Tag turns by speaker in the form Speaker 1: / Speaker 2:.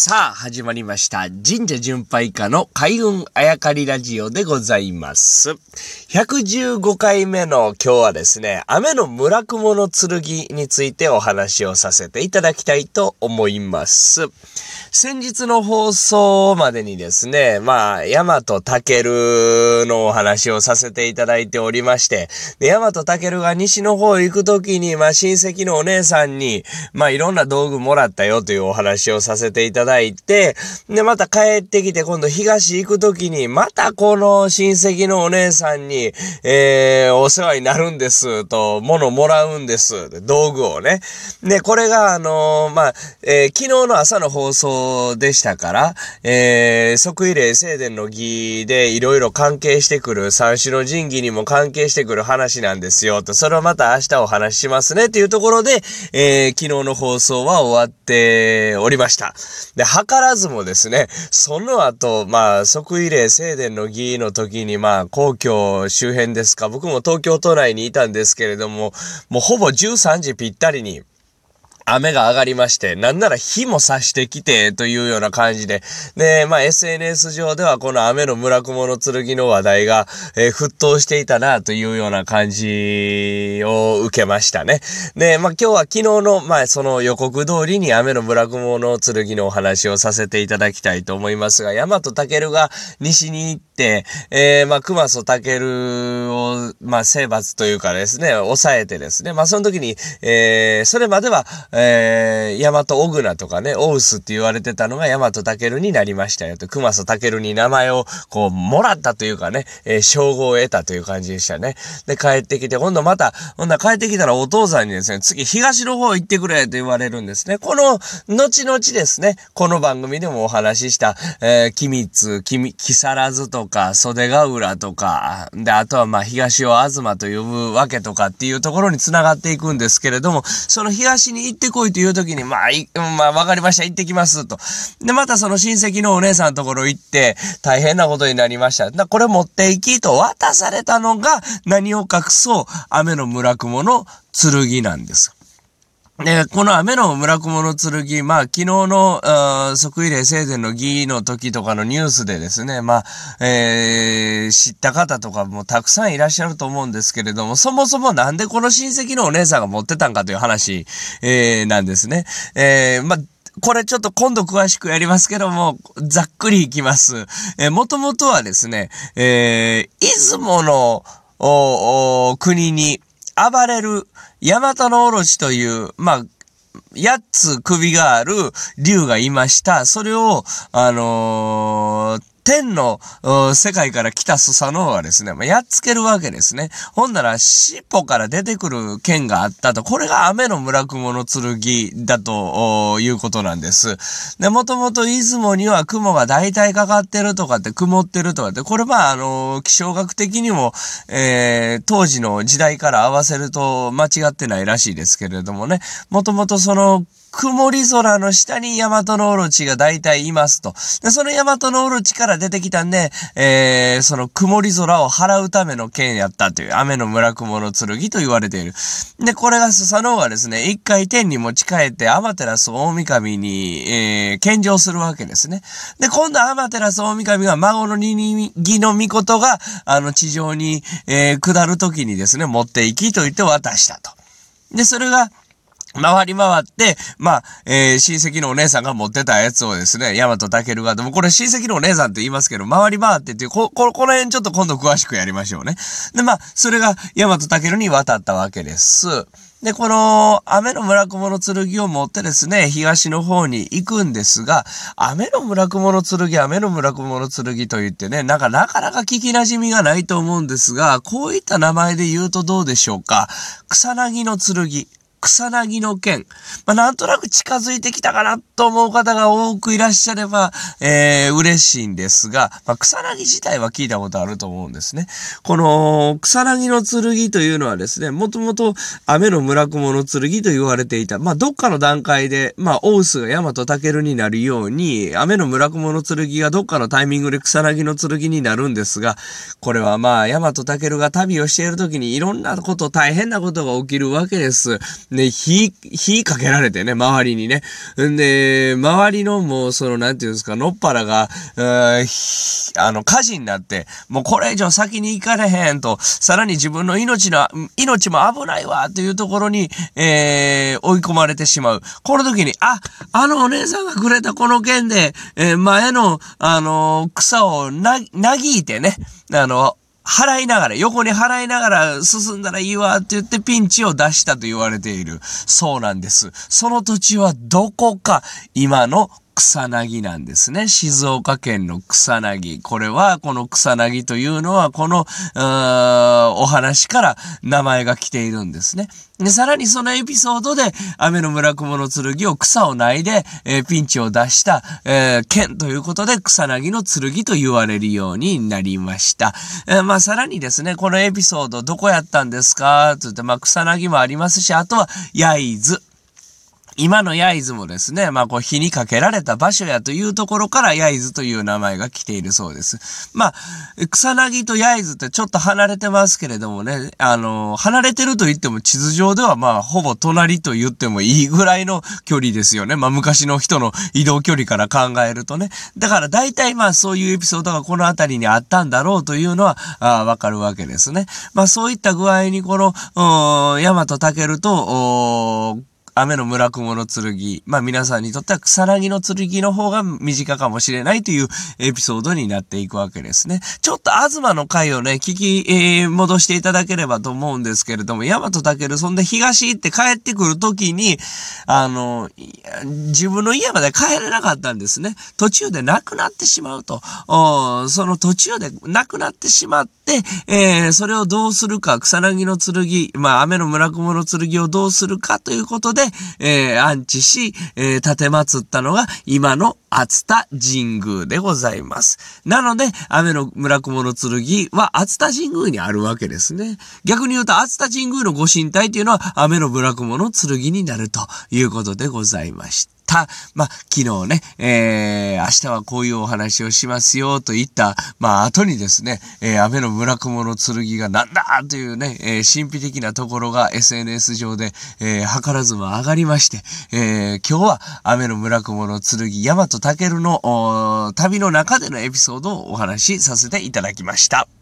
Speaker 1: さあ、始まりました。神社巡拝家の開運あやかりラジオでございます。115回目の今日はですね、雨の村雲の剣についてお話をさせていただきたいと思います。先日の放送までにですね、大和武のお話をさせていただいておりまして、で大和武が西の方行くときに、親戚のお姉さんに、いろんな道具もらったよというお話をさせていただいて、で、また帰ってきて今度東行くときに、またこの親戚のお姉さんに、お世話になるんですと、物もらうんです。道具をね。で、これが昨日の朝の放送でしたから、即位礼正殿の儀でいろいろ関係してくる、三種の神器にも関係してくる話なんですよと、それをまた明日お話ししますねというところで、昨日の放送は終わっておりました。で、図らずもですね、その後、即位礼正殿の儀の時に、皇居周辺ですか、僕も東京都内にいたんですけれども、もうほぼ13時ぴったりに、雨が上がりまして、なんなら日も差してきてというような感じで、で、SNS 上ではこの雨の村雲の剣の話題が、沸騰していたなというような感じを受けましたね。で、今日は昨日の、その予告通りに雨の村雲の剣のお話をさせていただきたいと思いますが、大和武が西に行って、熊曽武を、征伐というかですね、抑えてですね、その時に、それまでは、大和小倉とかね、大臼って言われてたのが大和武になりましたよと、熊曽武に名前をもらったというかね、称号を得たという感じでしたね。で、帰ってきて、今度帰ってきたらお父さんにですね、次東の方行ってくれと言われるんですね。この、後々ですね、この番組でもお話しした、君津、木更津とか、袖ヶ浦とか、で、あとは東を東と呼ぶわけとかっていうところに繋がっていくんですけれども、その東に行ってこいという時に、わかりました、行ってきますと。で、またその親戚のお姉さんのところ行って、大変なことになりました。これ持って行きと渡されたのが、何を隠そう、雨の村雲の剣なんです。で、この雨の村雲の剣、昨日の、即位礼正殿の儀の時とかのニュースでですね、知った方とかもたくさんいらっしゃると思うんですけれども、そもそもなんでこの親戚のお姉さんが持ってたんかという話、なんですね。これちょっと今度詳しくやりますけども、ざっくりいきます。もともとはですね、出雲の国に暴れるヤマタノオロチという、8つ首がある竜がいました。それを、天の世界から来たスサノオはですね、やっつけるわけですね。ほんなら尻尾から出てくる剣があったと。これが雨の村雲の剣だということなんです。で、もともと出雲には雲が大体かかってるとかって曇ってるとかって、これ気象学的にも、当時の時代から合わせると間違ってないらしいですけれどもね。もともとその曇り空の下にヤマトノオロチが大体いますと。で、そのヤマトノオロチから出てきたんで、その曇り空を払うための剣やったという、雨の村雲の剣と言われている。で、これがスサノオはですね、一回天に持ち帰ってアマテラス大神に、献上するわけですね。で、今度アマテラス大神が孫の義の御事が、地上に、下るときにですね、持っていきと言って渡したと。で、それが、回り回って、親戚のお姉さんが持ってたやつをですね、大和武が、でもこれ親戚のお姉さんって言いますけど、回り回ってっていう、この辺ちょっと今度詳しくやりましょうね。で、それが大和武に渡ったわけです。で、この雨の村雲の剣を持ってですね、東の方に行くんですが、雨の村雲の剣と言ってね、なかなか聞き馴染みがないと思うんですが、こういった名前で言うとどうでしょうか。草薙の剣。草薙の剣。なんとなく近づいてきたかなと思う方が多くいらっしゃれば、嬉しいんですが、草薙自体は聞いたことあると思うんですね。この草薙の剣というのはですね、もともと雨の村雲の剣と言われていた。どっかの段階で、大臼が大和武になるように、雨の村雲の剣がどっかのタイミングで草薙の剣になるんですが、これは大和武が旅をしている時にいろんなこと、大変なことが起きるわけです。 で、火かけられてね、周りにね。んで、周りのもう、なんていうんですか、のっぱらが、火事になって、もうこれ以上先に行かれへんと、さらに自分の命も危ないわ、というところに、追い込まれてしまう。この時に、あのお姉さんがくれたこの剣で、前の、草をなぎいてね、横に払いながら進んだらいいわって言ってピンチを出したと言われている。そうなんです。その土地はどこか、今の草薙なんですね。静岡県の草薙。この草薙というのは、この、お話から名前が来ているんですね。で、さらにそのエピソードで、雨の村雲の剣を草をないで、ピンチを出した、剣ということで、草薙の剣と言われるようになりました。さらにですね、このエピソードどこやったんですかつって、草薙もありますし、あとは、焼津。今の焼津もですね、火にかけられた場所やというところから焼津という名前が来ているそうです。草薙と焼津ってちょっと離れてますけれどもね、離れてると言っても地図上ではほぼ隣と言ってもいいぐらいの距離ですよね。昔の人の移動距離から考えるとね。だから大体そういうエピソードがこの辺りにあったんだろうというのは、わかるわけですね。そういった具合にこの、大和武と、雨の村雲の剣。皆さんにとっては草薙の剣の方が身近かもしれないというエピソードになっていくわけですね。ちょっと東の回をね、聞き、戻していただければと思うんですけれども、大和武、そんで東行って帰ってくるときに、自分の家まで帰れなかったんですね。途中で亡くなってしまうと。その途中で亡くなってしまって、それをどうするか、草薙の剣、雨の村雲の剣をどうするかということで、安置し、立て祀ったのが今の熱田神宮でございます。なので、雨の村雲の剣は熱田神宮にあるわけですね。逆に言うと、熱田神宮のご神体というのは雨の村雲の剣になるということでございました。昨日ね、明日はこういうお話をしますよと言った、後にですね、雨の村雲の剣がなんだというね、神秘的なところが SNS 上で、図らずも上がりまして、今日は雨の村雲の剣、大和武の旅の中でのエピソードをお話しさせていただきました。